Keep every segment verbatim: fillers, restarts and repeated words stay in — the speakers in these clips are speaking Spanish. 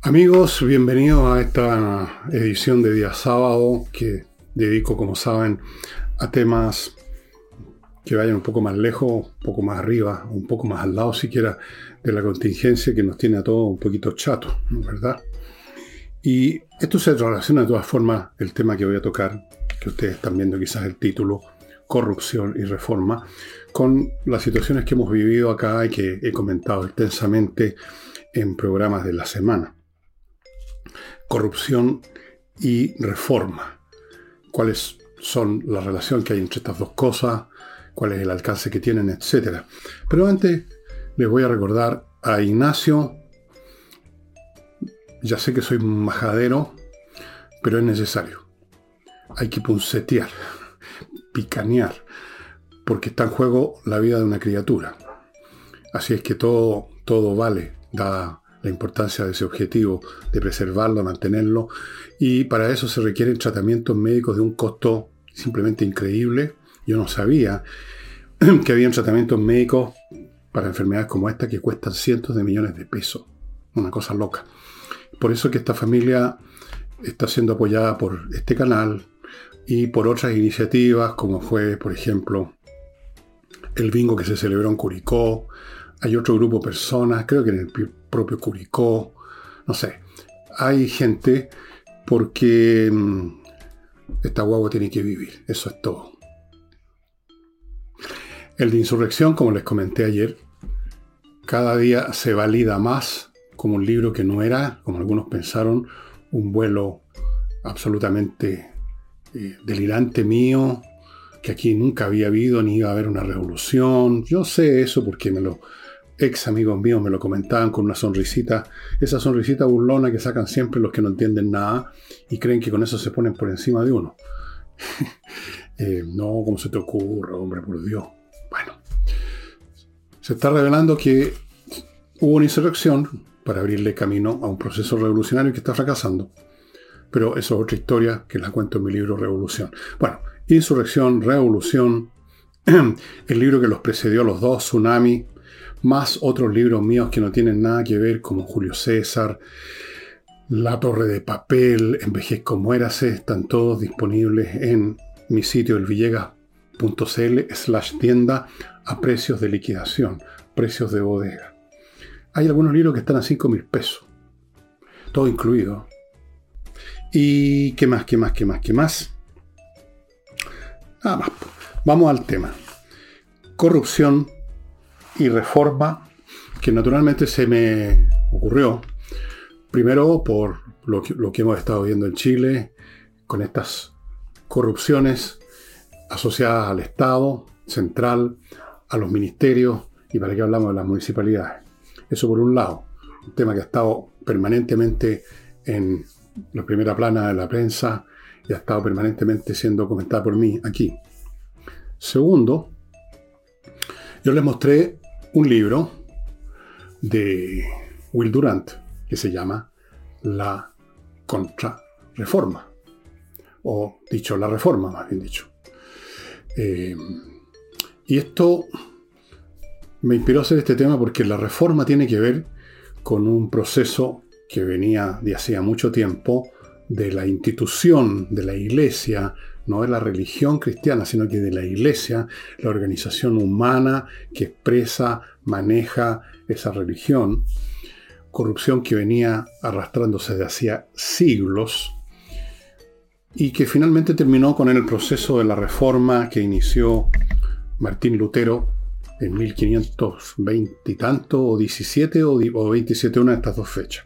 Amigos, bienvenidos a esta edición de día sábado que dedico, como saben, a temas que vayan un poco más lejos, un poco más arriba, un poco más al lado siquiera de la contingencia que nos tiene a todos un poquito chatos, ¿no? ¿Verdad? Y esto se relaciona de todas formas el tema que voy a tocar, que ustedes están viendo quizás el título, corrupción y reforma, con las situaciones que hemos vivido acá y que he comentado extensamente en programas de la semana. Corrupción y reforma. ¿Cuáles son la relación que hay entre estas dos cosas? ¿Cuál es el alcance que tienen? Etcétera. Pero antes les voy a recordar a Ignacio. Ya sé que soy majadero, pero es necesario. Hay que puncetear, picanear, porque está en juego la vida de una criatura. Así es que todo, todo vale, dada la importancia de ese objetivo, de preservarlo, mantenerlo, y para eso se requieren tratamientos médicos de un costo simplemente increíble. Yo no sabía que habían tratamientos médicos para enfermedades como esta que cuestan cientos de millones de pesos. Una cosa loca. Por eso que esta familia está siendo apoyada por este canal y por otras iniciativas, como fue, por ejemplo, el bingo que se celebró en Curicó. Hay otro grupo de personas, creo que en el propio Curicó, no sé. Hay gente porque mmm, esta guagua tiene que vivir, eso es todo. El de insurrección, como les comenté ayer, cada día se valida más como un libro que no era, como algunos pensaron, un vuelo absolutamente eh, delirante mío, que aquí nunca había habido ni iba a haber una revolución. Yo sé eso porque me lo... ex amigos míos me lo comentaban con una sonrisita, esa sonrisita burlona que sacan siempre los que no entienden nada y creen que con eso se ponen por encima de uno. eh, no, ¿cómo se te ocurre, hombre, por Dios? Bueno, se está revelando que hubo una insurrección para abrirle camino a un proceso revolucionario que está fracasando, pero eso es otra historia que la cuento en mi libro Revolución. Bueno, insurrección, revolución, el libro que los precedió los dos, Tsunami, más otros libros míos que no tienen nada que ver, como Julio César, La Torre de Papel, Envejezco, Muérase, están todos disponibles en mi sitio elvillegas.cl slash tienda a precios de liquidación, precios de bodega. Hay algunos libros que están a cinco mil pesos, todo incluido. ¿Y qué más, qué más, qué más, qué más? Nada más. Vamos al tema. Corrupción y reforma, que naturalmente se me ocurrió, primero por lo que, lo que hemos estado viendo en Chile, con estas corrupciones asociadas al Estado central, a los ministerios, y para qué hablamos de las municipalidades. Eso por un lado, un tema que ha estado permanentemente en la primera plana de la prensa y ha estado permanentemente siendo comentado por mí aquí. Segundo, yo les mostré un libro de Will Durant que se llama La Contrarreforma, o dicho, la reforma más bien dicho. Eh, y esto me inspiró a hacer este tema porque la reforma tiene que ver con un proceso que venía de hacía mucho tiempo de la institución de la Iglesia, no de la religión cristiana, sino que de la Iglesia, la organización humana que expresa, maneja esa religión. Corrupción que venía arrastrándose de hacía siglos y que finalmente terminó con el proceso de la reforma que inició Martín Lutero en mil quinientos veinte y tanto, o diecisiete, o veintisiete, una de estas dos fechas.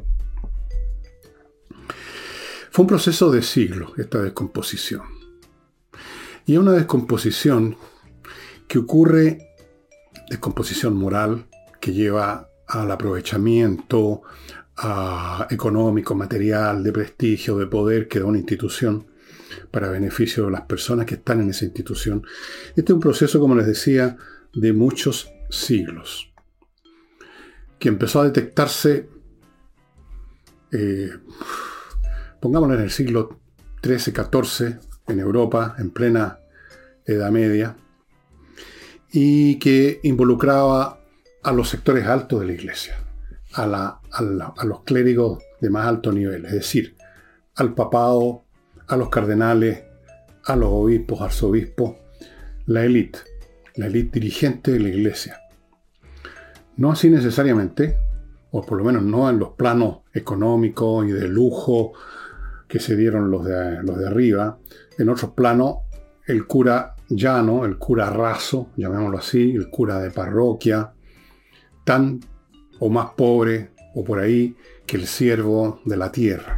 Fue un proceso de siglos, esta descomposición. Y es una descomposición que ocurre, descomposición moral, que lleva al aprovechamiento a económico, material, de prestigio, de poder que da una institución para beneficio de las personas que están en esa institución. Este es un proceso, como les decía, de muchos siglos, que empezó a detectarse, eh, pongámoslo en el siglo trece, catorce, en Europa, en plena Edad Media, y que involucraba a los sectores altos de la Iglesia, a, la, a, la, a los clérigos de más alto nivel, es decir, al papado, a los cardenales, a los obispos, arzobispos, la élite, la élite dirigente de la Iglesia. No así necesariamente, o por lo menos no en los planos económicos y de lujo que se dieron los de, los de arriba. En otros planos, el cura llano, el cura raso, llamémoslo así, el cura de parroquia, tan o más pobre o por ahí que el siervo de la tierra.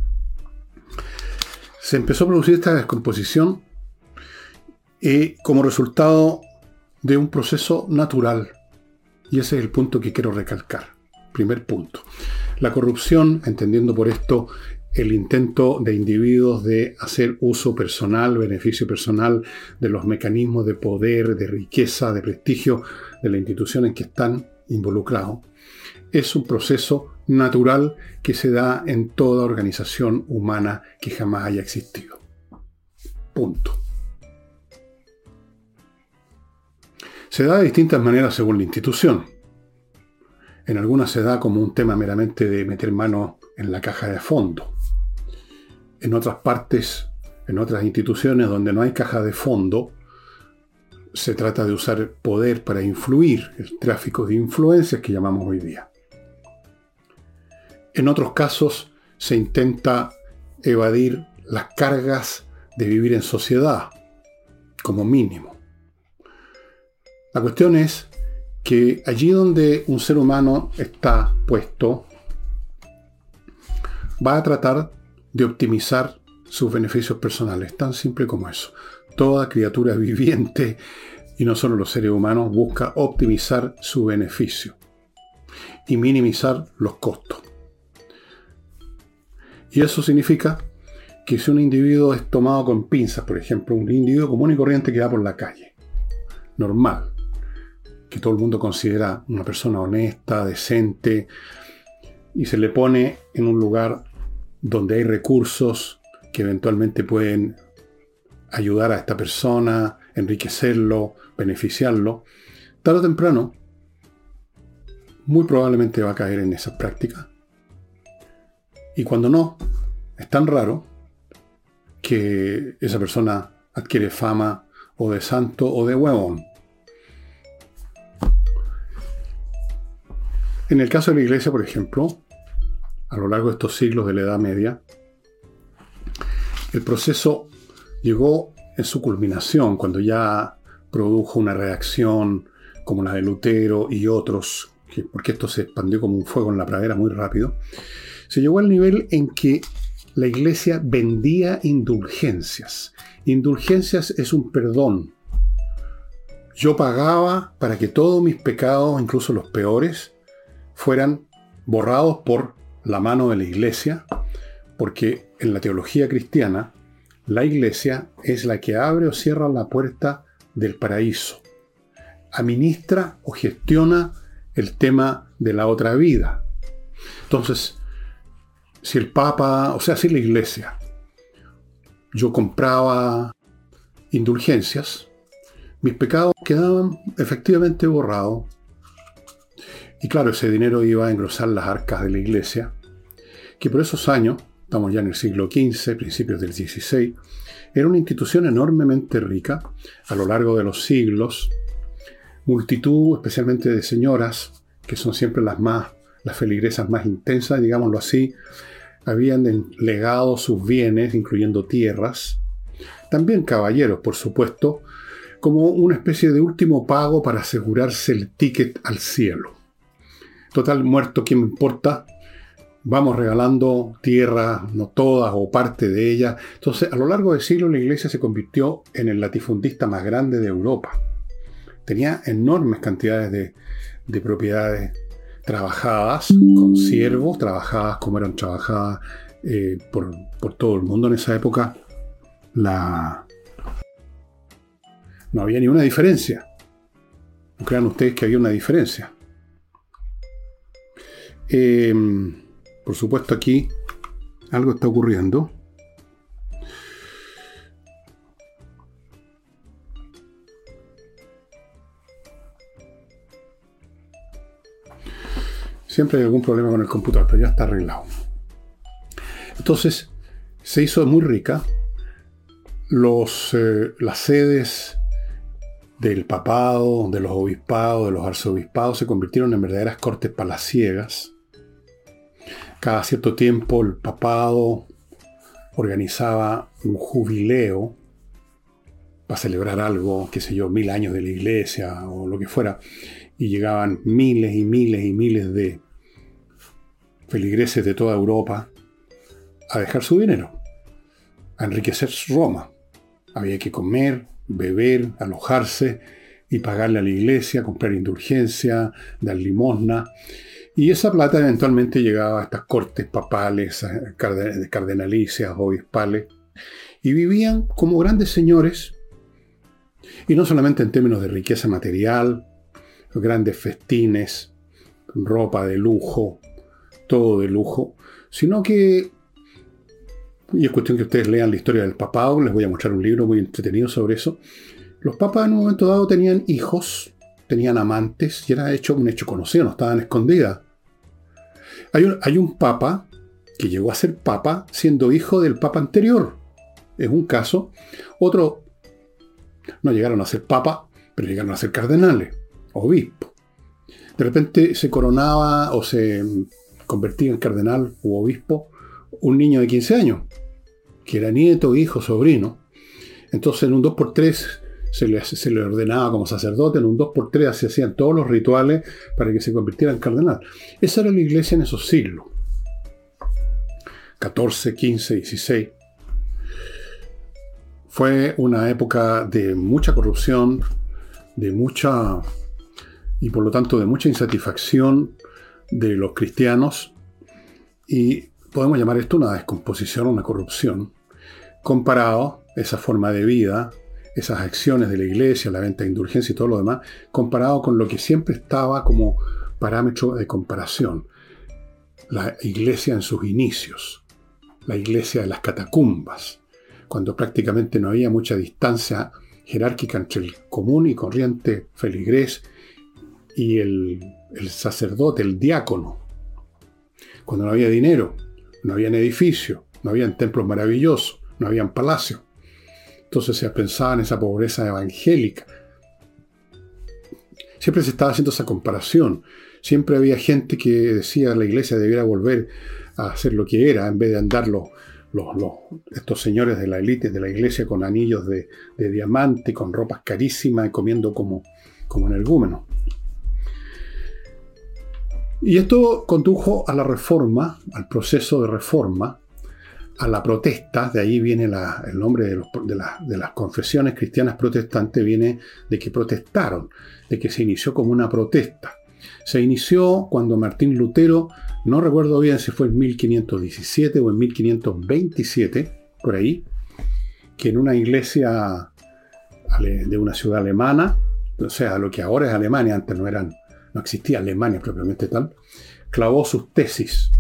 Se empezó a producir esta descomposición eh, como resultado de un proceso natural. Y ese es el punto que quiero recalcar. Primer punto. La corrupción, entendiendo por esto el intento de individuos de hacer uso personal, beneficio personal de los mecanismos de poder, de riqueza, de prestigio de la institución en que están involucrados, es un proceso natural que se da en toda organización humana que jamás haya existido. Punto. Se da de distintas maneras según la institución. En algunas se da como un tema meramente de meter mano en la caja de fondo. En otras partes, en otras instituciones donde no hay caja de fondo, se trata de usar poder para influir, el tráfico de influencias que llamamos hoy día. En otros casos se intenta evadir las cargas de vivir en sociedad, como mínimo. La cuestión es que allí donde un ser humano está puesto, va a tratar de optimizar sus beneficios personales, tan simple como eso. Toda criatura viviente, y no solo los seres humanos, busca optimizar su beneficio y minimizar los costos. Y eso significa que si un individuo es tomado con pinzas, por ejemplo, un individuo común y corriente que va por la calle, normal, que todo el mundo considera una persona honesta, decente, y se le pone en un lugar donde hay recursos que eventualmente pueden ayudar a esta persona, enriquecerlo, beneficiarlo, tarde o temprano, muy probablemente va a caer en esas prácticas. Y cuando no, es tan raro que esa persona adquiere fama o de santo o de huevón. En el caso de la Iglesia, por ejemplo, a lo largo de estos siglos de la Edad Media, el proceso llegó en su culminación cuando ya produjo una reacción como la de Lutero y otros, porque esto se expandió como un fuego en la pradera muy rápido. Se llegó al nivel en que la Iglesia vendía indulgencias. Indulgencias es un perdón. Yo pagaba para que todos mis pecados, incluso los peores, fueran borrados por la mano de la Iglesia, porque en la teología cristiana, la Iglesia es la que abre o cierra la puerta del paraíso, administra o gestiona el tema de la otra vida. Entonces, si el Papa, o sea, si la Iglesia, yo compraba indulgencias, mis pecados quedaban efectivamente borrados. Y claro, ese dinero iba a engrosar las arcas de la Iglesia, que por esos años, estamos ya en el siglo quince, principios del dieciséis, era una institución enormemente rica. A lo largo de los siglos, multitud, especialmente de señoras, que son siempre las más, las feligresas más intensas, digámoslo así, habían legado sus bienes, incluyendo tierras, también caballeros, por supuesto, como una especie de último pago para asegurarse el ticket al cielo. Total, muerto, ¿quién me importa? Vamos regalando tierra, no todas o parte de ella. Entonces, a lo largo del siglo, la Iglesia se convirtió en el latifundista más grande de Europa. Tenía enormes cantidades de, de propiedades trabajadas con siervos, trabajadas como eran trabajadas eh, por, por todo el mundo en esa época. La... No había ni una diferencia. No crean ustedes que había una diferencia. Eh, por supuesto, aquí algo está ocurriendo. Siempre hay algún problema con el computador, pero ya está arreglado. Entonces, se hizo muy rica. Los, eh, las sedes del papado, de los obispados, de los arzobispados se convirtieron en verdaderas cortes palaciegas. Cada cierto tiempo el papado organizaba un jubileo para celebrar algo, qué sé yo, mil años de la iglesia o lo que fuera, y llegaban miles y miles y miles de feligreses de toda Europa a dejar su dinero, a enriquecer Roma. Había que comer, beber, alojarse y pagarle a la iglesia, comprar indulgencia, dar limosna. Y esa plata eventualmente llegaba a estas cortes papales, cardenalicias, obispales, y vivían como grandes señores, y no solamente en términos de riqueza material, grandes festines, ropa de lujo, todo de lujo, sino que, y es cuestión que ustedes lean la historia del papado, les voy a mostrar un libro muy entretenido sobre eso. Los papas en un momento dado tenían hijos, tenían amantes, y era hecho, un hecho conocido, no estaban escondidas. Hay un, hay un papa que llegó a ser papa siendo hijo del papa anterior. Es un caso. Otro, no llegaron a ser papa, pero llegaron a ser cardenales, obispos. De repente se coronaba o se convertía en cardenal u obispo un niño de quince años, que era nieto, hijo, sobrino. Entonces en un dos por tres se le, se le ordenaba como sacerdote, en un dos por tres se hacían todos los rituales para que se convirtiera en cardenal. Esa era la iglesia en esos siglos. catorce, quince, dieciséis. Fue una época de mucha corrupción, de mucha, y por lo tanto de mucha insatisfacción de los cristianos, y podemos llamar esto una descomposición, una corrupción, comparado esa forma de vida, esas acciones de la iglesia, la venta de indulgencia y todo lo demás, comparado con lo que siempre estaba como parámetro de comparación. La iglesia en sus inicios, la iglesia de las catacumbas, cuando prácticamente no había mucha distancia jerárquica entre el común y corriente feligrés y el, el sacerdote, el diácono. Cuando no había dinero, no había edificios, no habían templos maravillosos, no habían palacios. Entonces se pensaba en esa pobreza evangélica. Siempre se estaba haciendo esa comparación. Siempre había gente que decía que la iglesia debiera volver a hacer lo que era, en vez de andar los, los, los, estos señores de la élite de la iglesia con anillos de, de diamante, con ropas carísimas y comiendo como, como energúmenos. Y esto condujo a la reforma, al proceso de reforma, a la protesta. De ahí viene la, el nombre de, los, de, la, de las confesiones cristianas protestantes, viene de que protestaron, de que se inició como una protesta. Se inició cuando Martín Lutero, no recuerdo bien si fue en mil quinientos diecisiete o en mil quinientos veintisiete, por ahí, que en una iglesia de una ciudad alemana, o sea, lo que ahora es Alemania, antes no eran, no existía Alemania propiamente tal, clavó sus tesis,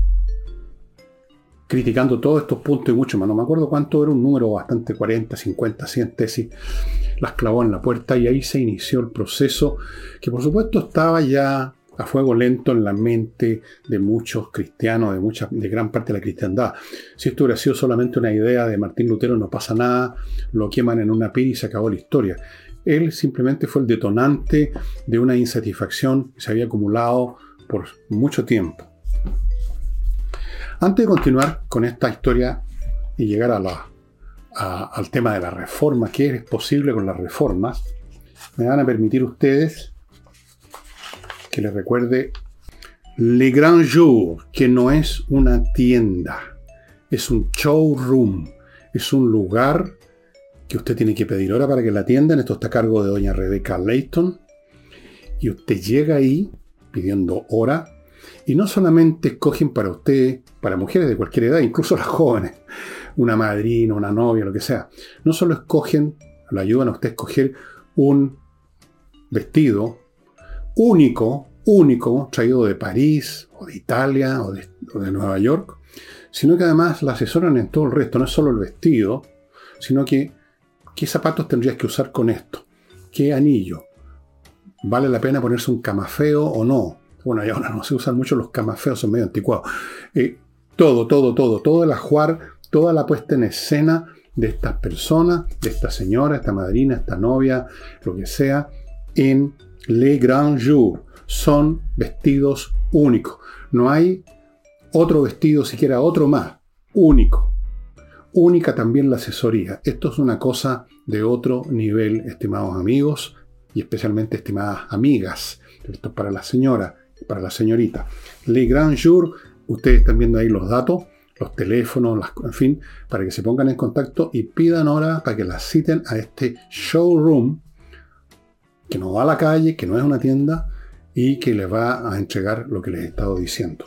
criticando todos estos puntos y mucho más. No me acuerdo cuánto, era un número bastante, cuarenta, cincuenta, cien tesis, las clavó en la puerta y ahí se inició el proceso que por supuesto estaba ya a fuego lento en la mente de muchos cristianos, de, mucha, de gran parte de la cristiandad. Si esto hubiera sido solamente una idea de Martín Lutero, no pasa nada, lo queman en una pira y se acabó la historia. Él simplemente fue el detonante de una insatisfacción que se había acumulado por mucho tiempo. Antes de continuar con esta historia y llegar a la, a, al tema de la reforma, qué es posible con las reformas, me van a permitir ustedes que les recuerde Le Grand Jour, que no es una tienda, es un showroom, es un lugar que usted tiene que pedir hora para que la atiendan. Esto está a cargo de doña Rebecca Layton. Y usted llega ahí pidiendo hora. Y no solamente escogen para usted, para mujeres de cualquier edad, incluso las jóvenes, una madrina, una novia, lo que sea. No solo escogen, le ayudan a usted a escoger un vestido único, único, traído de París, o de Italia, o de, o de Nueva York, sino que además la asesoran en todo el resto. No es solo el vestido, sino que ¿qué zapatos tendrías que usar con esto? ¿Qué anillo? ¿Vale la pena ponerse un camafeo o no? Bueno, ya ahora no se usan mucho los camafeos, son medio anticuados. Eh, todo, todo, todo, todo el ajuar, toda la puesta en escena de estas personas, de esta señora, esta madrina, esta novia, lo que sea, en Le Grand Jour. Son vestidos únicos. No hay otro vestido, siquiera otro más. Único. Única también la asesoría. Esto es una cosa de otro nivel, estimados amigos, y especialmente estimadas amigas. Esto es para la señora, para la señorita. Le Grand Jour, ustedes están viendo ahí los datos, los teléfonos, las, en fin, para que se pongan en contacto y pidan hora para que las citen a este showroom, que no va a la calle, que no es una tienda, y que les va a entregar lo que les he estado diciendo.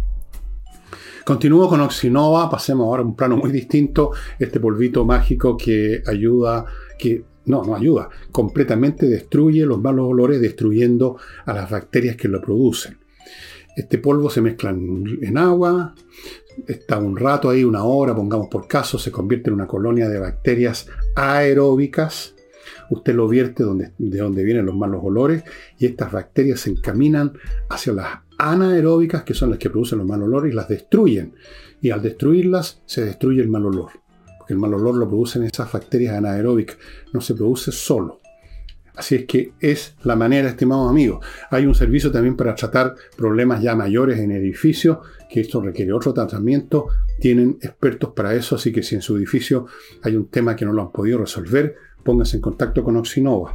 Continúo con Oxinova, pasemos ahora a un plano muy distinto, este polvito mágico que ayuda, que no, no ayuda, completamente destruye los malos olores, destruyendo a las bacterias que lo producen. Este polvo se mezcla en, en agua, está un rato ahí, una hora, pongamos por caso, se convierte en una colonia de bacterias aeróbicas. Usted lo vierte donde, de donde vienen los malos olores y estas bacterias se encaminan hacia las anaeróbicas, que son las que producen los malos olores, y las destruyen. Y al destruirlas, se destruye el mal olor. Porque el mal olor lo producen esas bacterias anaeróbicas. No se produce solo. Así es que es la manera, estimados amigos. Hay un servicio también para tratar problemas ya mayores en edificios, que esto requiere otro tratamiento. Tienen expertos para eso, así que si en su edificio hay un tema que no lo han podido resolver, pónganse en contacto con Oxinova.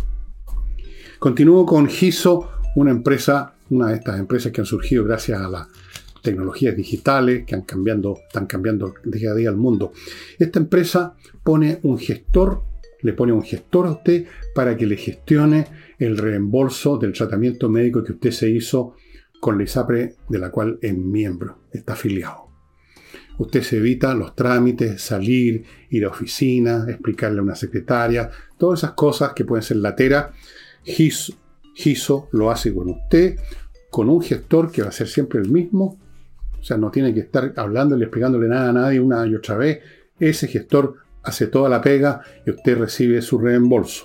Continúo con Giso, una empresa, una de estas empresas que han surgido gracias a las tecnologías digitales que han cambiando, están cambiando día a día el mundo. Esta empresa pone un gestor, le pone un gestor a usted para que le gestione el reembolso del tratamiento médico que usted se hizo con la ISAPRE, de la cual es miembro, está afiliado. Usted se evita los trámites, salir, ir a oficina, explicarle a una secretaria, todas esas cosas que pueden ser lateras. Giso, Giso lo hace con usted, con un gestor que va a ser siempre el mismo. O sea, no tiene que estar hablándole, explicándole nada a nadie una y otra vez. Ese gestor hace toda la pega y usted recibe su reembolso.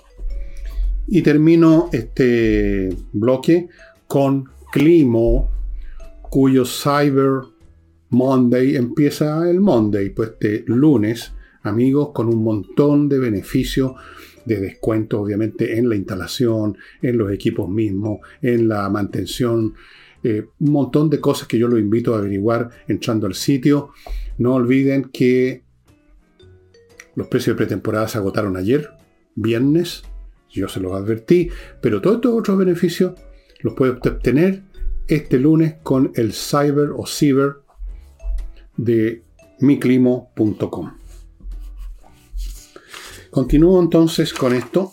Y termino este bloque con Climo, cuyo Cyber Monday empieza el Monday, pues este lunes, amigos, con un montón de beneficios, de descuento, obviamente, en la instalación, en los equipos mismos, en la mantención, eh, un montón de cosas que yo lo invito a averiguar entrando al sitio. No olviden que los precios de pretemporada se agotaron ayer, viernes, yo se los advertí, pero todos estos otros beneficios los puede usted obtener este lunes con el Cyber o Cyber de mi climo punto com. Continúo entonces con esto.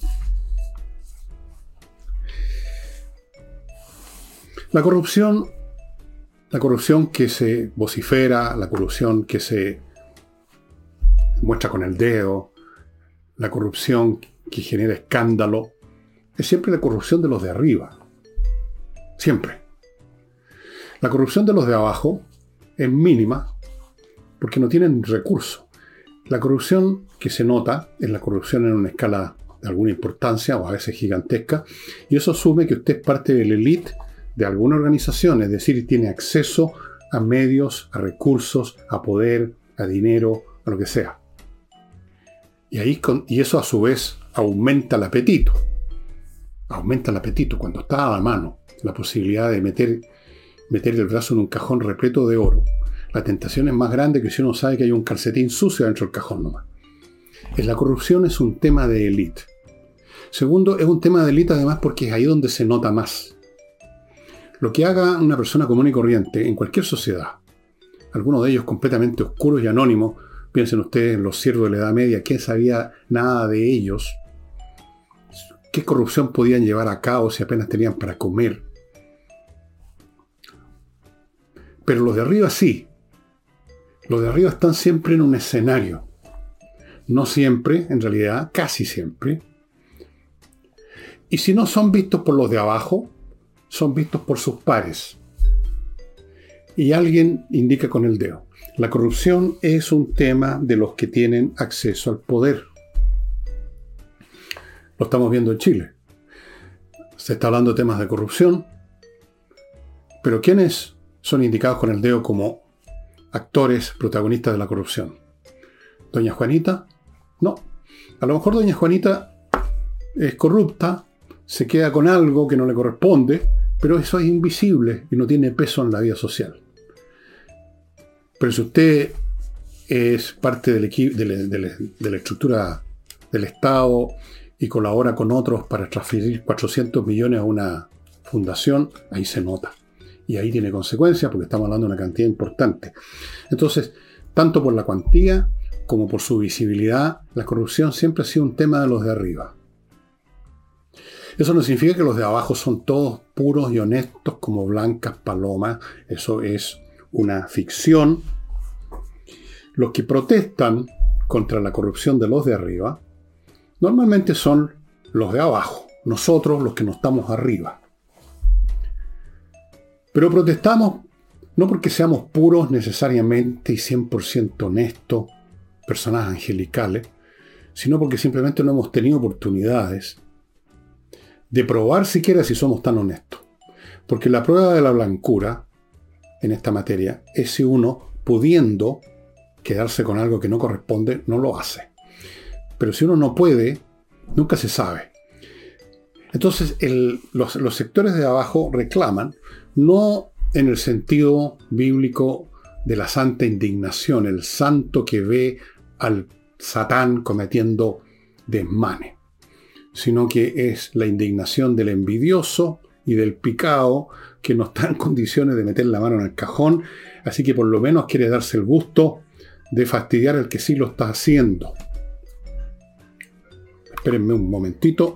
La corrupción, la corrupción que se vocifera, la corrupción que se muestra con el dedo, la corrupción que genera escándalo, es siempre la corrupción de los de arriba. Siempre. La corrupción de los de abajo es mínima porque no tienen recursos. La corrupción que se nota es la corrupción en una escala de alguna importancia o a veces gigantesca, y eso asume que usted es parte de la élite de alguna organización, es decir, tiene acceso a medios, a recursos, a poder, a dinero, a lo que sea. Y, ahí con, y eso a su vez aumenta el apetito. Aumenta el apetito cuando está a la mano la posibilidad de meter, meter el brazo en un cajón repleto de oro. La tentación es más grande que si uno sabe que hay un calcetín sucio dentro del cajón nomás. La corrupción es un tema de élite. Segundo, es un tema de élite además porque es ahí donde se nota más. Lo que haga una persona común y corriente en cualquier sociedad, algunos de ellos completamente oscuros y anónimos, piensen ustedes en los siervos de la Edad Media, ¿quién sabía nada de ellos? ¿Qué corrupción podían llevar a cabo si apenas tenían para comer? Pero los de arriba sí. Los de arriba están siempre en un escenario. No siempre, en realidad, casi siempre. Y si no son vistos por los de abajo, son vistos por sus pares. Y alguien indica con el dedo. La corrupción es un tema de los que tienen acceso al poder. Lo estamos viendo en Chile. Se está hablando de temas de corrupción. Pero ¿quiénes son indicados con el dedo como actores protagonistas de la corrupción. ¿Doña Juanita? No. A lo mejor doña Juanita es corrupta, se queda con algo que no le corresponde, pero eso es invisible y no tiene peso en la vida social. Pero si usted es parte del equipo, de, la, de, la, de la estructura del Estado y colabora con otros para transferir cuatrocientos millones a una fundación, ahí se nota. Y ahí tiene consecuencias porque estamos hablando de una cantidad importante. Entonces, tanto por la cuantía como por su visibilidad, la corrupción siempre ha sido un tema de los de arriba. Eso no significa que los de abajo son todos puros y honestos como blancas palomas. Eso es una ficción. Los que protestan contra la corrupción de los de arriba normalmente son los de abajo, nosotros los que no estamos arriba. Pero protestamos no porque seamos puros necesariamente y cien por ciento honestos, personas angelicales, sino porque simplemente no hemos tenido oportunidades de probar siquiera si somos tan honestos. Porque la prueba de la blancura en esta materia es si uno, pudiendo quedarse con algo que no corresponde, no lo hace. Pero si uno no puede, nunca se sabe. Entonces el, los, los sectores de abajo reclaman, no en el sentido bíblico de la santa indignación, el santo que ve al Satán cometiendo desmanes, sino que es la indignación del envidioso y del picao que no está en condiciones de meter la mano en el cajón, así que por lo menos quiere darse el gusto de fastidiar al que sí lo está haciendo. Espérenme un momentito.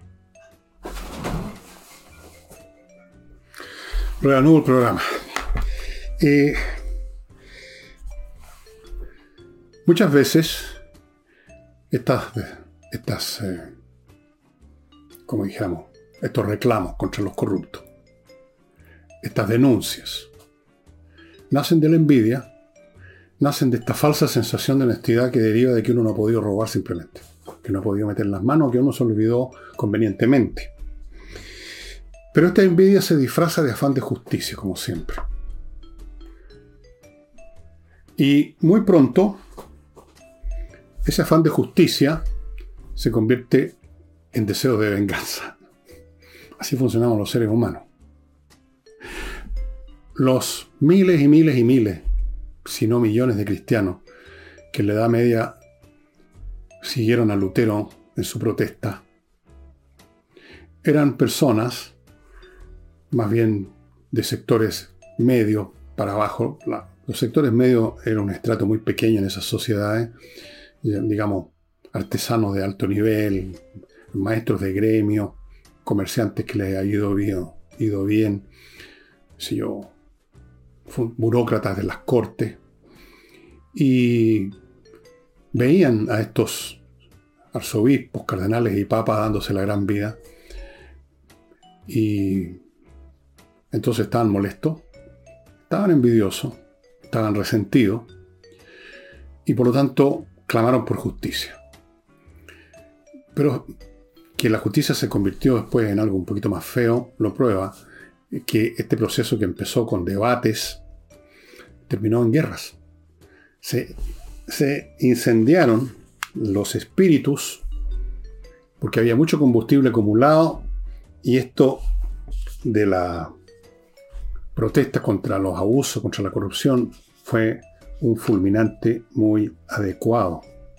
Reanudo el programa. Eh, muchas veces estas, estas eh, como dijéramos, estos reclamos contra los corruptos, estas denuncias, nacen de la envidia, nacen de esta falsa sensación de honestidad que deriva de que uno no ha podido robar simplemente, que no ha podido meter las manos, que uno se olvidó convenientemente. Pero esta envidia se disfraza de afán de justicia, como siempre. Y muy pronto, ese afán de justicia se convierte en deseo de venganza. Así funcionamos los seres humanos. Los miles y miles y miles, si no millones de cristianos, que en la Edad Media siguieron a Lutero en su protesta, eran personas más bien de sectores medios para abajo. La, los sectores medios eran un estrato muy pequeño en esas sociedades, digamos, artesanos de alto nivel, maestros de gremio, comerciantes que les ha ido bien, ido bien si yo, burócratas de las cortes, y veían a estos arzobispos, cardenales y papas dándose la gran vida, y entonces estaban molestos, estaban envidiosos, estaban resentidos, y por lo tanto clamaron por justicia. Pero que la justicia se convirtió después en algo un poquito más feo, lo prueba que este proceso que empezó con debates terminó en guerras. Se, se incendiaron los espíritus porque había mucho combustible acumulado, y esto de la protesta contra los abusos, contra la corrupción, fue un fulminante muy adecuado.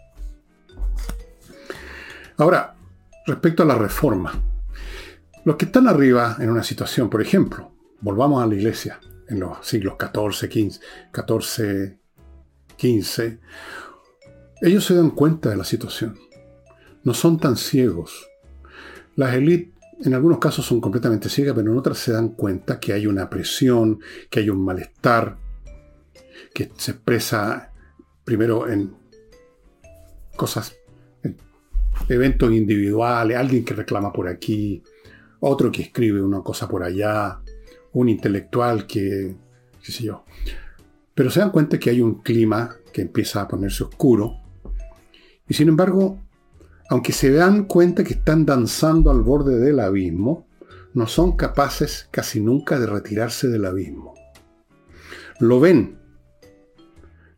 Ahora, respecto a la reforma, los que están arriba en una situación, por ejemplo, volvamos a la iglesia en los siglos catorce, quince, ellos se dan cuenta de la situación. No son tan ciegos. Las élites en algunos casos son completamente ciegas, pero en otras se dan cuenta que hay una presión, que hay un malestar, que se expresa primero en cosas, en eventos individuales, alguien que reclama por aquí, otro que escribe una cosa por allá, un intelectual que, qué sé yo. Pero se dan cuenta que hay un clima que empieza a ponerse oscuro, y sin embargo, aunque se dan cuenta que están danzando al borde del abismo, no son capaces casi nunca de retirarse del abismo. Lo ven,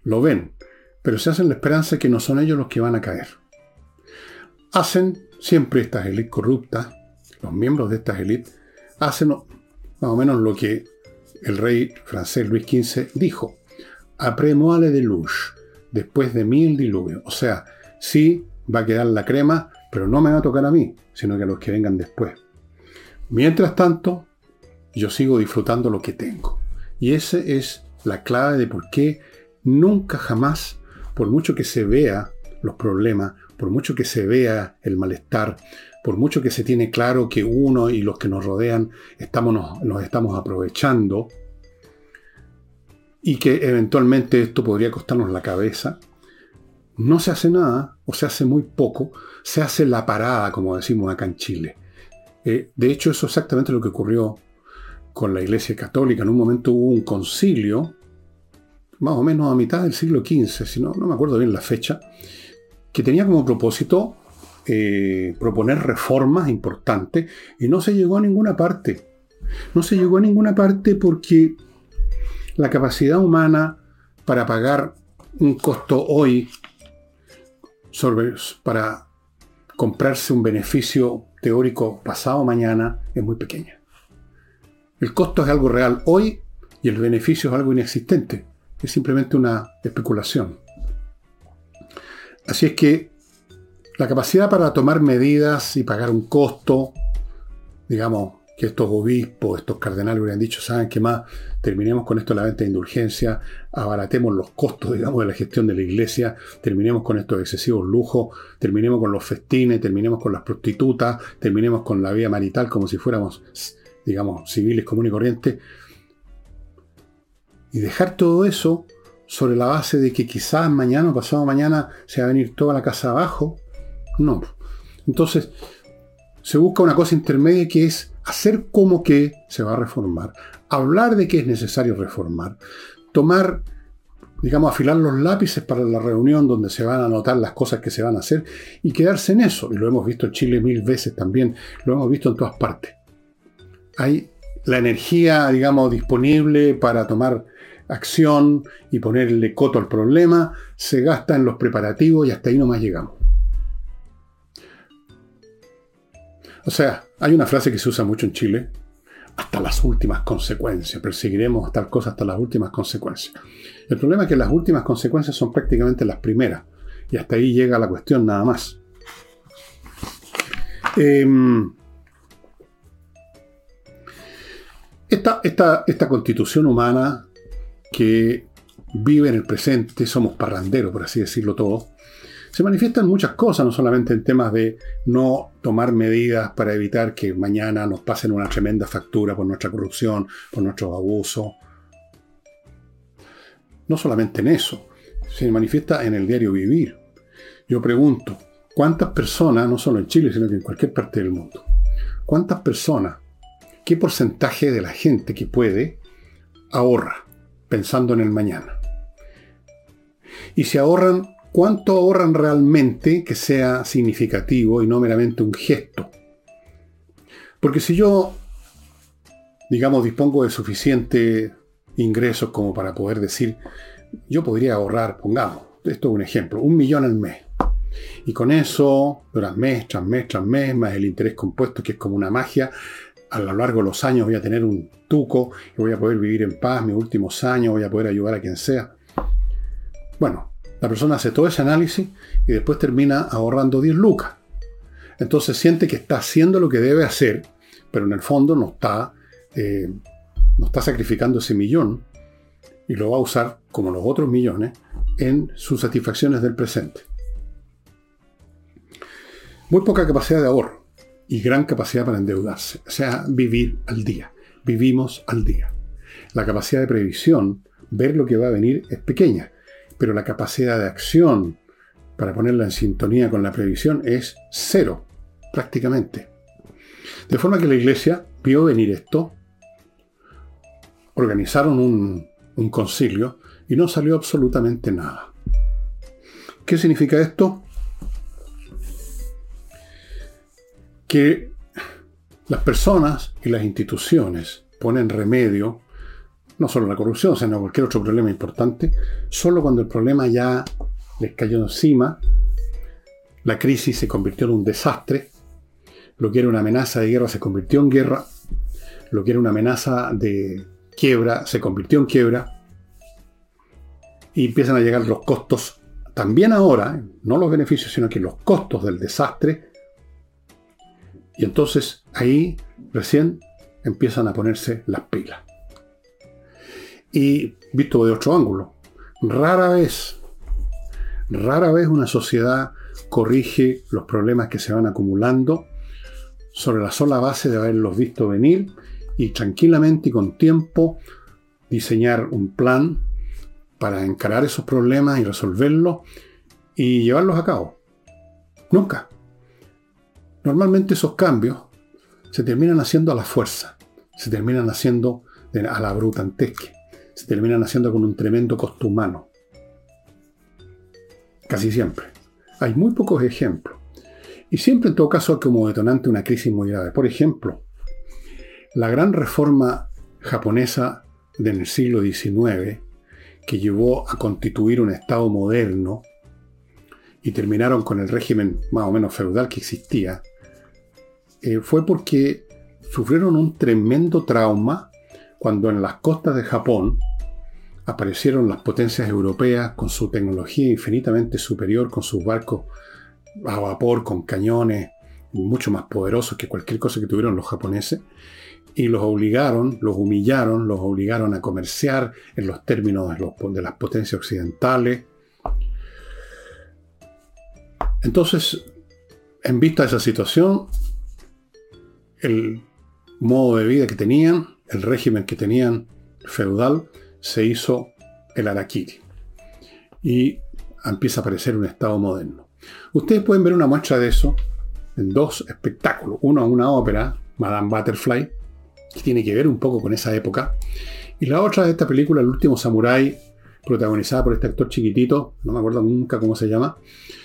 lo ven, pero se hacen la esperanza de que no son ellos los que van a caer. Hacen siempre estas élites corruptas, los miembros de estas élites, hacen más o menos lo que el rey francés Luis quince dijo: après moi le déluge, después de mí el diluvio. O sea, sí va a quedar la crema, pero no me va a tocar a mí, sino que a los que vengan después. Mientras tanto, yo sigo disfrutando lo que tengo. Y esa es la clave de por qué nunca jamás, por mucho que se vea los problemas, por mucho que se vea el malestar, por mucho que se tiene claro que uno y los que nos rodean estamos, nos, nos estamos aprovechando y que eventualmente esto podría costarnos la cabeza, no se hace nada, o se hace muy poco, se hace la parada, como decimos acá en Chile. Eh, de hecho, eso es exactamente lo que ocurrió con la Iglesia Católica. En un momento hubo un concilio, más o menos a mitad del siglo quince, si no, no me acuerdo bien la fecha, que tenía como propósito eh, proponer reformas importantes, y no se llegó a ninguna parte. No se llegó a ninguna parte porque la capacidad humana para pagar un costo hoy sobre, para comprarse un beneficio teórico pasado mañana es muy pequeña. El costo es algo real hoy y el beneficio es algo inexistente. Es simplemente una especulación. Así es que la capacidad para tomar medidas y pagar un costo, digamos, que estos obispos, estos cardenales hubieran dicho: ¿saben qué más? Terminemos con esto de la venta de indulgencia, abaratemos los costos, digamos, de la gestión de la iglesia, terminemos con estos excesivos lujos, terminemos con los festines, terminemos con las prostitutas, terminemos con la vida marital como si fuéramos, digamos, civiles comunes y corrientes. Y dejar todo eso sobre la base de que quizás mañana o pasado mañana se va a venir toda la casa abajo. No. Entonces, se busca una cosa intermedia, que es hacer como que se va a reformar, hablar de que es necesario reformar, tomar, digamos, afilar los lápices para la reunión donde se van a anotar las cosas que se van a hacer y quedarse en eso. Y lo hemos visto en Chile mil veces también, lo hemos visto en todas partes. Hay la energía, digamos, disponible para tomar acción y ponerle coto al problema, se gasta en los preparativos y hasta ahí nomás llegamos. O sea, hay una frase que se usa mucho en Chile: hasta las últimas consecuencias, perseguiremos tal cosa hasta las últimas consecuencias. El problema es que las últimas consecuencias son prácticamente las primeras, y hasta ahí llega la cuestión nada más. Eh, esta, esta, esta constitución humana que vive en el presente, somos parranderos, por así decirlo todo, se manifiesta en muchas cosas, no solamente en temas de no tomar medidas para evitar que mañana nos pasen una tremenda factura por nuestra corrupción, por nuestros abusos. No solamente en eso, se manifiesta en el diario vivir. Yo pregunto, ¿cuántas personas, no solo en Chile, sino que en cualquier parte del mundo, cuántas personas, qué porcentaje de la gente que puede, ahorra pensando en el mañana? Y si ahorran, ¿cuánto ahorran realmente que sea significativo y no meramente un gesto? Porque si yo, digamos, dispongo de suficientes ingresos como para poder decir, yo podría ahorrar, pongamos, esto es un ejemplo, un millón al mes. Y con eso, durante mes tras mes tras mes, más el interés compuesto, que es como una magia, a lo largo de los años voy a tener un tuco y voy a poder vivir en paz mis últimos años, voy a poder ayudar a quien sea. Bueno, la persona hace todo ese análisis y después termina ahorrando diez lucas. Entonces siente que está haciendo lo que debe hacer, pero en el fondo no está, eh, no está sacrificando ese millón y lo va a usar, como los otros millones, en sus satisfacciones del presente. Muy poca capacidad de ahorro y gran capacidad para endeudarse. O sea, vivir al día. Vivimos al día. La capacidad de previsión, ver lo que va a venir, es pequeña. Pero la capacidad de acción para ponerla en sintonía con la previsión es cero, prácticamente. De forma que la iglesia vio venir esto, organizaron un, un concilio y no salió absolutamente nada. ¿Qué significa esto? Que las personas y las instituciones ponen remedio no solo la corrupción, sino cualquier otro problema importante, solo cuando el problema ya les cayó encima, la crisis se convirtió en un desastre, lo que era una amenaza de guerra se convirtió en guerra, lo que era una amenaza de quiebra se convirtió en quiebra, y empiezan a llegar los costos, también ahora, no los beneficios, sino que los costos del desastre, y entonces ahí recién empiezan a ponerse las pilas. Y visto de otro ángulo, rara vez, rara vez una sociedad corrige los problemas que se van acumulando sobre la sola base de haberlos visto venir y tranquilamente y con tiempo diseñar un plan para encarar esos problemas y resolverlos y llevarlos a cabo. Nunca. Normalmente esos cambios se terminan haciendo a la fuerza, se terminan haciendo de, a la brutantesque, se terminan haciendo con un tremendo costo humano. Casi siempre. Hay muy pocos ejemplos. Y siempre en todo caso hay como detonante una crisis muy grave. Por ejemplo, la gran reforma japonesa del siglo diecinueve, que llevó a constituir un Estado moderno y terminaron con el régimen más o menos feudal que existía, eh, fue porque sufrieron un tremendo trauma cuando en las costas de Japón aparecieron las potencias europeas con su tecnología infinitamente superior, con sus barcos a vapor, con cañones mucho más poderosos que cualquier cosa que tuvieron los japoneses, y los obligaron, los humillaron, los obligaron a comerciar en los términos de, los, de las potencias occidentales. Entonces, en vista de esa situación, el modo de vida que tenían, el régimen que tenían feudal, se hizo el harakiri. Y empieza a aparecer un Estado moderno. Ustedes pueden ver una muestra de eso en dos espectáculos. Uno es una ópera, Madame Butterfly, que tiene que ver un poco con esa época. Y la otra es esta película, El último samurái, protagonizada por este actor chiquitito, no me acuerdo nunca cómo se llama,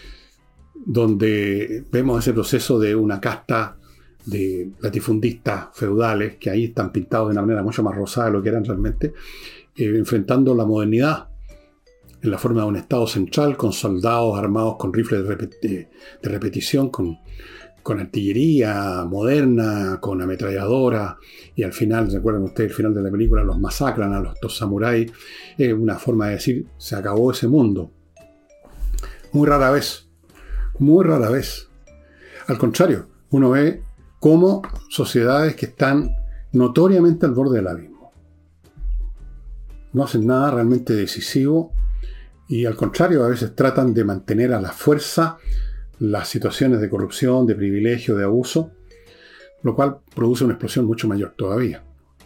donde vemos ese proceso de una casta de latifundistas feudales, que ahí están pintados de una manera mucho más rosada de lo que eran realmente, eh, enfrentando la modernidad en la forma de un estado central, con soldados armados con rifles de, repet- de repetición, con, con artillería moderna, con ametralladora, y al final, recuerdan ustedes el final de la película, los masacran a los dos samuráis. Es eh, una forma de decir, se acabó ese mundo. Muy rara vez, muy rara vez. Al contrario, uno ve cómo sociedades que están notoriamente al borde del abismo no hacen nada realmente decisivo, y al contrario, a veces tratan de mantener a la fuerza las situaciones de corrupción, de privilegio, de abuso, lo cual produce una explosión mucho mayor todavía.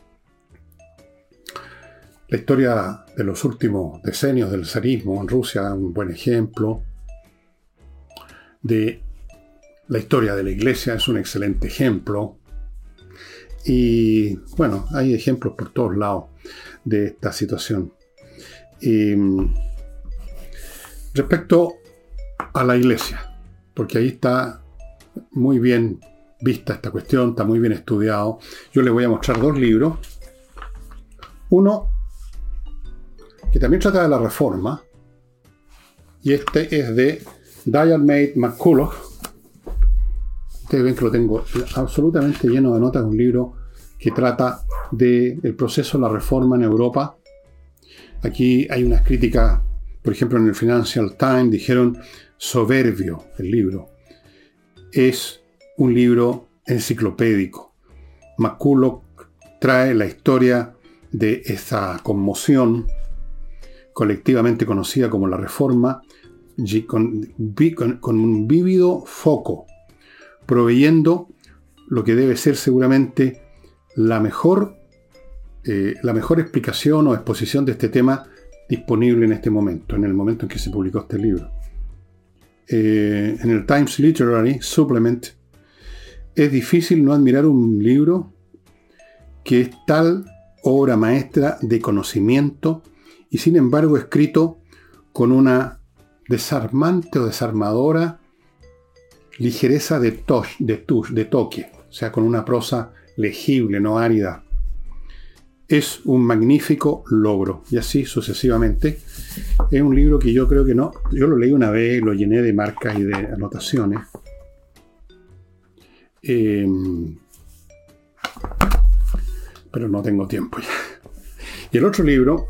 La historia de los últimos decenios del zarismo en Rusia es un buen ejemplo. De la historia de la Iglesia es un excelente ejemplo. Y bueno, hay ejemplos por todos lados de esta situación. Y respecto a la Iglesia, porque ahí está muy bien vista esta cuestión, está muy bien estudiado. Yo les voy a mostrar dos libros. Uno que también trata de la Reforma, y este es de Diarmaid MacCulloch. Ustedes ven que lo tengo absolutamente lleno de notas. Un libro que trata del proceso de la Reforma en Europa. Aquí hay unas críticas, por ejemplo, en el Financial Times dijeron soberbio el libro. Es un libro enciclopédico. MacCulloch trae la historia de esa conmoción colectivamente conocida como la Reforma, con, con, con un vívido foco, proveyendo lo que debe ser seguramente la mejor, eh, la mejor explicación o exposición de este tema disponible en este momento, en el momento en que se publicó este libro. Eh, en el Times Literary Supplement es difícil no admirar un libro que es tal obra maestra de conocimiento y sin embargo escrito con una desarmante o desarmadora ligereza de, touch, de, touch, de toque, o sea, con una prosa legible, no árida. es un magnífico logro. Y así sucesivamente. Es un libro que yo creo que no... Yo lo leí una vez, lo llené de marcas y de anotaciones. Eh, pero no tengo tiempo ya. Y el otro libro,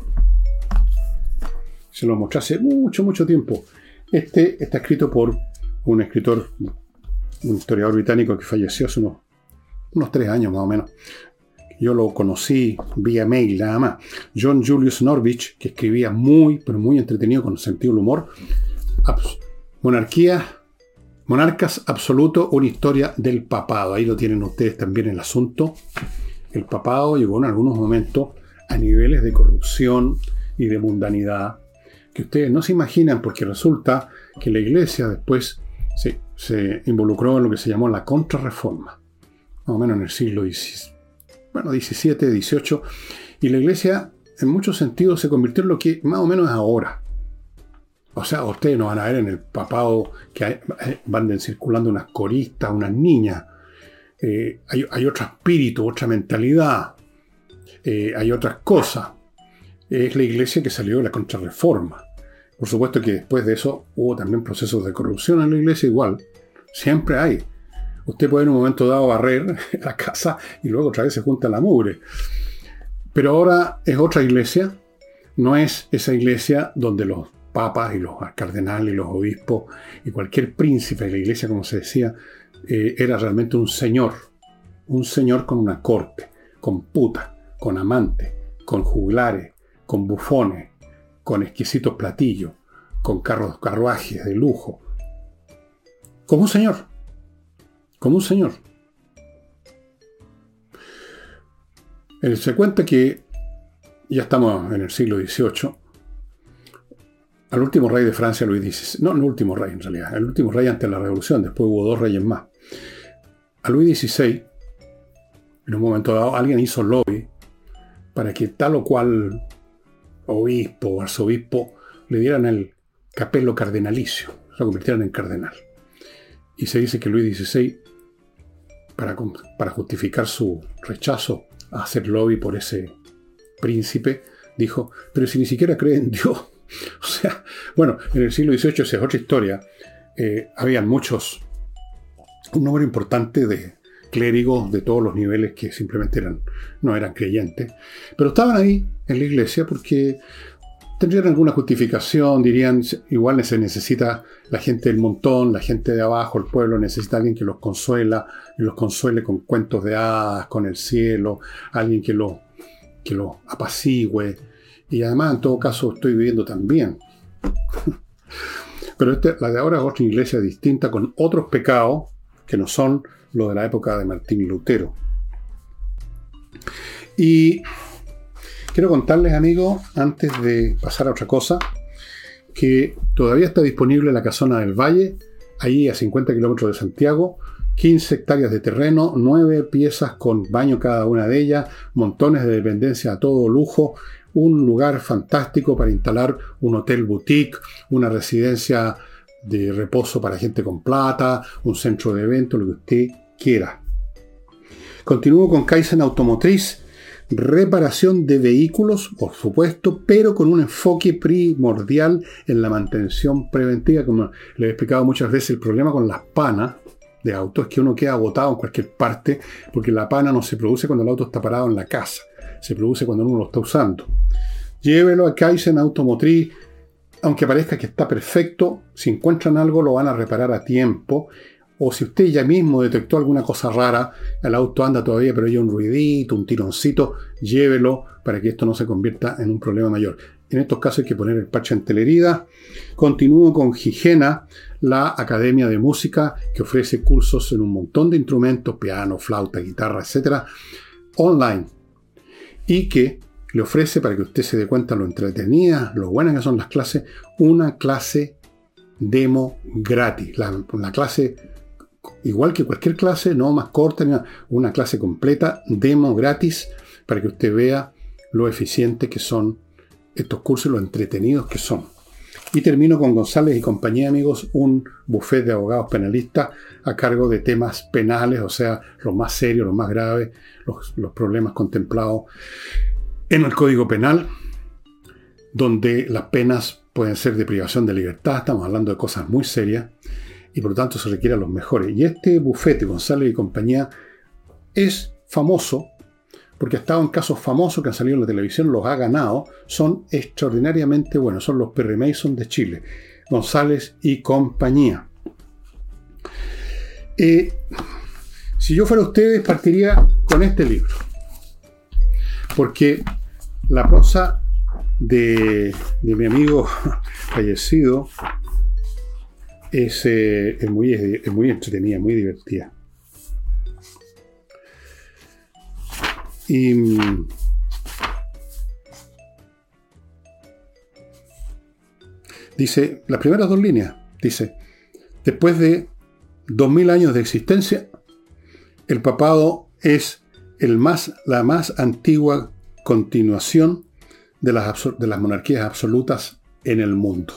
se lo mostré hace mucho, mucho tiempo. Este está escrito por un escritor, un historiador británico que falleció hace unos, unos tres años más o menos. Yo lo conocí vía mail nada más. John Julius Norwich, que escribía muy, pero muy entretenido con sentido del humor. Abs- Monarquía, Monarcas Absoluto, una historia del papado. Ahí lo tienen ustedes también el asunto. El papado llegó en algunos momentos a niveles de corrupción y de mundanidad que ustedes no se imaginan, porque resulta que la Iglesia después se, se involucró en lo que se llamó la Contrarreforma, más o menos en el siglo diecisiete. Bueno, diecisiete, dieciocho, y la Iglesia en muchos sentidos se convirtió en lo que más o menos es ahora. O sea, ustedes no van a ver en el papado que hay, van circulando unas coristas, unas niñas. Eh, hay, hay otro espíritu, otra mentalidad. Eh, hay otras cosas. Es la Iglesia que salió de la Contrarreforma. Por supuesto que después de eso hubo también procesos de corrupción en la Iglesia igual. Siempre hay. Usted puede en un momento dado barrer la casa y luego otra vez se junta la mugre. Pero ahora es otra iglesia. No es esa iglesia donde los papas y los cardenales y los obispos y cualquier príncipe de la iglesia, como se decía, eh, era realmente un señor. Un señor con una corte, con puta, con amantes, con juglares, con bufones, con exquisitos platillos, con carros, carruajes de lujo. Como un señor. Como un señor. Eh, se cuenta que ya estamos en el siglo dieciocho. Al último rey de Francia, Luis dieciséis, no, el último rey en realidad, el último rey antes de la Revolución, después hubo dos reyes más. A Luis dieciséis, en un momento dado, alguien hizo lobby para que tal o cual obispo o arzobispo le dieran el capelo cardenalicio, lo convirtieran en cardenal. Y se dice que Luis dieciséis, para, para justificar su rechazo a hacer lobby por ese príncipe, dijo, pero si ni siquiera cree en Dios. O sea, bueno, en el siglo dieciocho, esa es otra historia, eh, habían muchos, un número importante de clérigos de todos los niveles que simplemente eran, no eran creyentes, pero estaban ahí en la iglesia porque tendrían alguna justificación, dirían, igual se necesita la gente del montón, la gente de abajo, el pueblo necesita alguien que los consuela, y los consuele con cuentos de hadas, con el cielo, alguien que los que lo apacigüe, y además en todo caso estoy viviendo también. Pero este, la de ahora es otra iglesia distinta, con otros pecados que no son los de la época de Martín Lutero. Y quiero contarles, amigos, antes de pasar a otra cosa, que todavía está disponible la Casona del Valle, ahí a cincuenta kilómetros de Santiago, quince hectáreas de terreno, nueve piezas con baño cada una de ellas, montones de dependencia a todo lujo, un lugar fantástico para instalar un hotel boutique, una residencia de reposo para gente con plata, un centro de eventos, lo que usted quiera. Continúo con Kaizen Automotriz, reparación de vehículos, por supuesto, pero con un enfoque primordial en la mantención preventiva. Como les he explicado muchas veces, el problema con las panas de autos es que uno queda botado en cualquier parte, porque la pana no se produce cuando el auto está parado en la casa, se produce cuando uno lo está usando. Llévelo a Kaizen Automotriz, aunque parezca que está perfecto, si encuentran algo lo van a reparar a tiempo, o si usted ya mismo detectó alguna cosa rara, el auto anda todavía pero hay un ruidito, un tironcito, llévelo para que esto no se convierta en un problema mayor. En estos casos hay que poner el parche ante la herida. Continúo con Gigena, la academia de música que ofrece cursos en un montón de instrumentos, piano, flauta, guitarra, etcétera, online, y que le ofrece, para que usted se dé cuenta lo entretenidas, lo buenas que son las clases, una clase demo gratis. La, una clase, igual que cualquier clase, no más corta, una clase completa, demo gratis, para que usted vea lo eficiente que son estos cursos, lo entretenidos que son. Y termino con González y compañía, amigos, un buffet de abogados penalistas a cargo de temas penales, o sea, los más serios, los más graves, los, los problemas contemplados en el Código Penal, donde las penas pueden ser de privación de libertad. Estamos hablando de cosas muy serias y por lo tanto se requieren los mejores. Y este bufete, González y compañía, es famoso porque ha estado en casos famosos que han salido en la televisión, los ha ganado, son extraordinariamente buenos, son los Perry Mason de Chile, González y compañía. Eh, si yo fuera ustedes, partiría con este libro, porque la prosa de, de mi amigo fallecido es, eh, es, muy, es muy entretenida, muy divertida. Y dice, las primeras dos líneas, dice, después de dos mil años de existencia, el papado es el más, la más antigua continuación de las, de las monarquías absolutas en el mundo.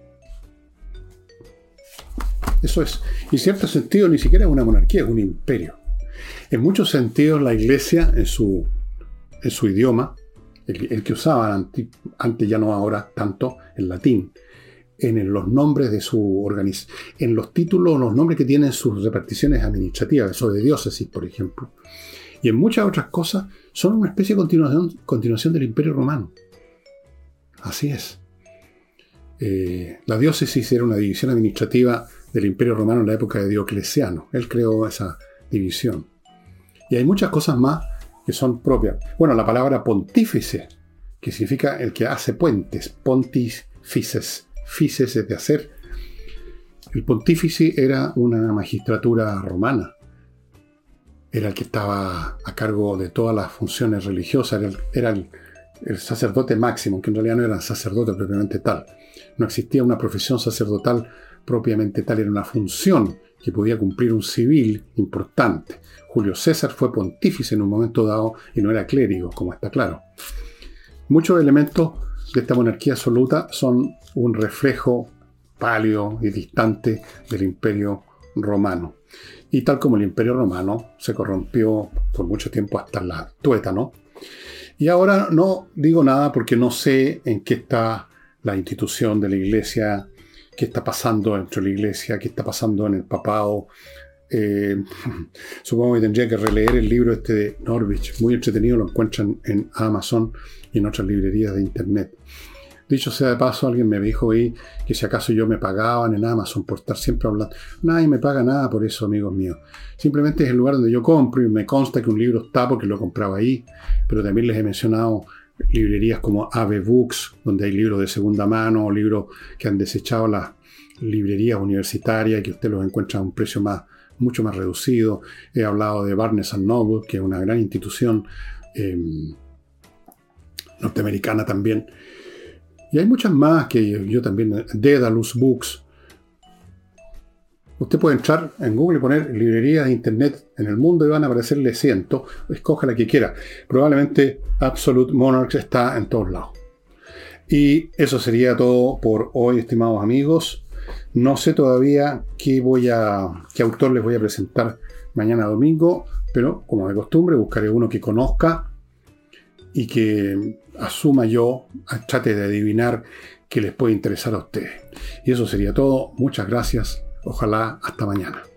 Eso es. En cierto sentido, ni siquiera es una monarquía, es un imperio. En muchos sentidos, la Iglesia, en su, en su idioma, el, el que usaban antes, antes, ya no ahora tanto, el latín, en los nombres de su organización, en los títulos, los nombres que tienen sus reparticiones administrativas, eso de diócesis, por ejemplo, y en muchas otras cosas, son una especie de continuación, continuación del Imperio Romano. Así es. Eh, la diócesis era una división administrativa del Imperio Romano en la época de Diocleciano. Él creó esa división. Y hay muchas cosas más que son propias. Bueno, la palabra pontífice, que significa el que hace puentes, pontifices, fices es de hacer. El pontífice era una magistratura romana. Era el que estaba a cargo de todas las funciones religiosas, era el, era el, el sacerdote máximo, que en realidad no era sacerdote propiamente tal. No existía una profesión sacerdotal propiamente tal, era una función que podía cumplir un civil importante. Julio César fue pontífice en un momento dado y no era clérigo, como está claro. Muchos elementos de esta monarquía absoluta son un reflejo pálido y distante del Imperio Romano. Y tal como el Imperio Romano se corrompió por mucho tiempo hasta la tuétano. Y ahora no digo nada porque no sé en qué está la institución de la Iglesia, qué está pasando dentro de la Iglesia, qué está pasando en el papado. Eh, supongo que tendría que releer el libro este de Norwich, muy entretenido, lo encuentran en Amazon y en otras librerías de internet. Dicho sea de paso, alguien me dijo ahí que si acaso yo me pagaban en Amazon por estar siempre hablando. Nadie me paga nada por eso, amigos míos. Simplemente es el lugar donde yo compro y me consta que un libro está porque lo compraba ahí. Pero también les he mencionado librerías como Ave Books, donde hay libros de segunda mano o libros que han desechado las librerías universitarias y que usted los encuentra a un precio más, mucho más reducido. He hablado de Barnes and Noble, que es una gran institución eh, norteamericana también. Y hay muchas más que yo, yo también, Daedalus Books. Usted puede entrar en Google y poner librerías de internet en el mundo y van a aparecerle cientos. Escoja la que quiera. Probablemente Absolute Monarch está en todos lados. Y eso sería todo por hoy, estimados amigos. No sé todavía qué, voy a, qué autor les voy a presentar mañana domingo, pero como de costumbre buscaré uno que conozca y que asuma yo, trate de adivinar qué les puede interesar a ustedes. Y eso sería todo. Muchas gracias. Ojalá hasta mañana.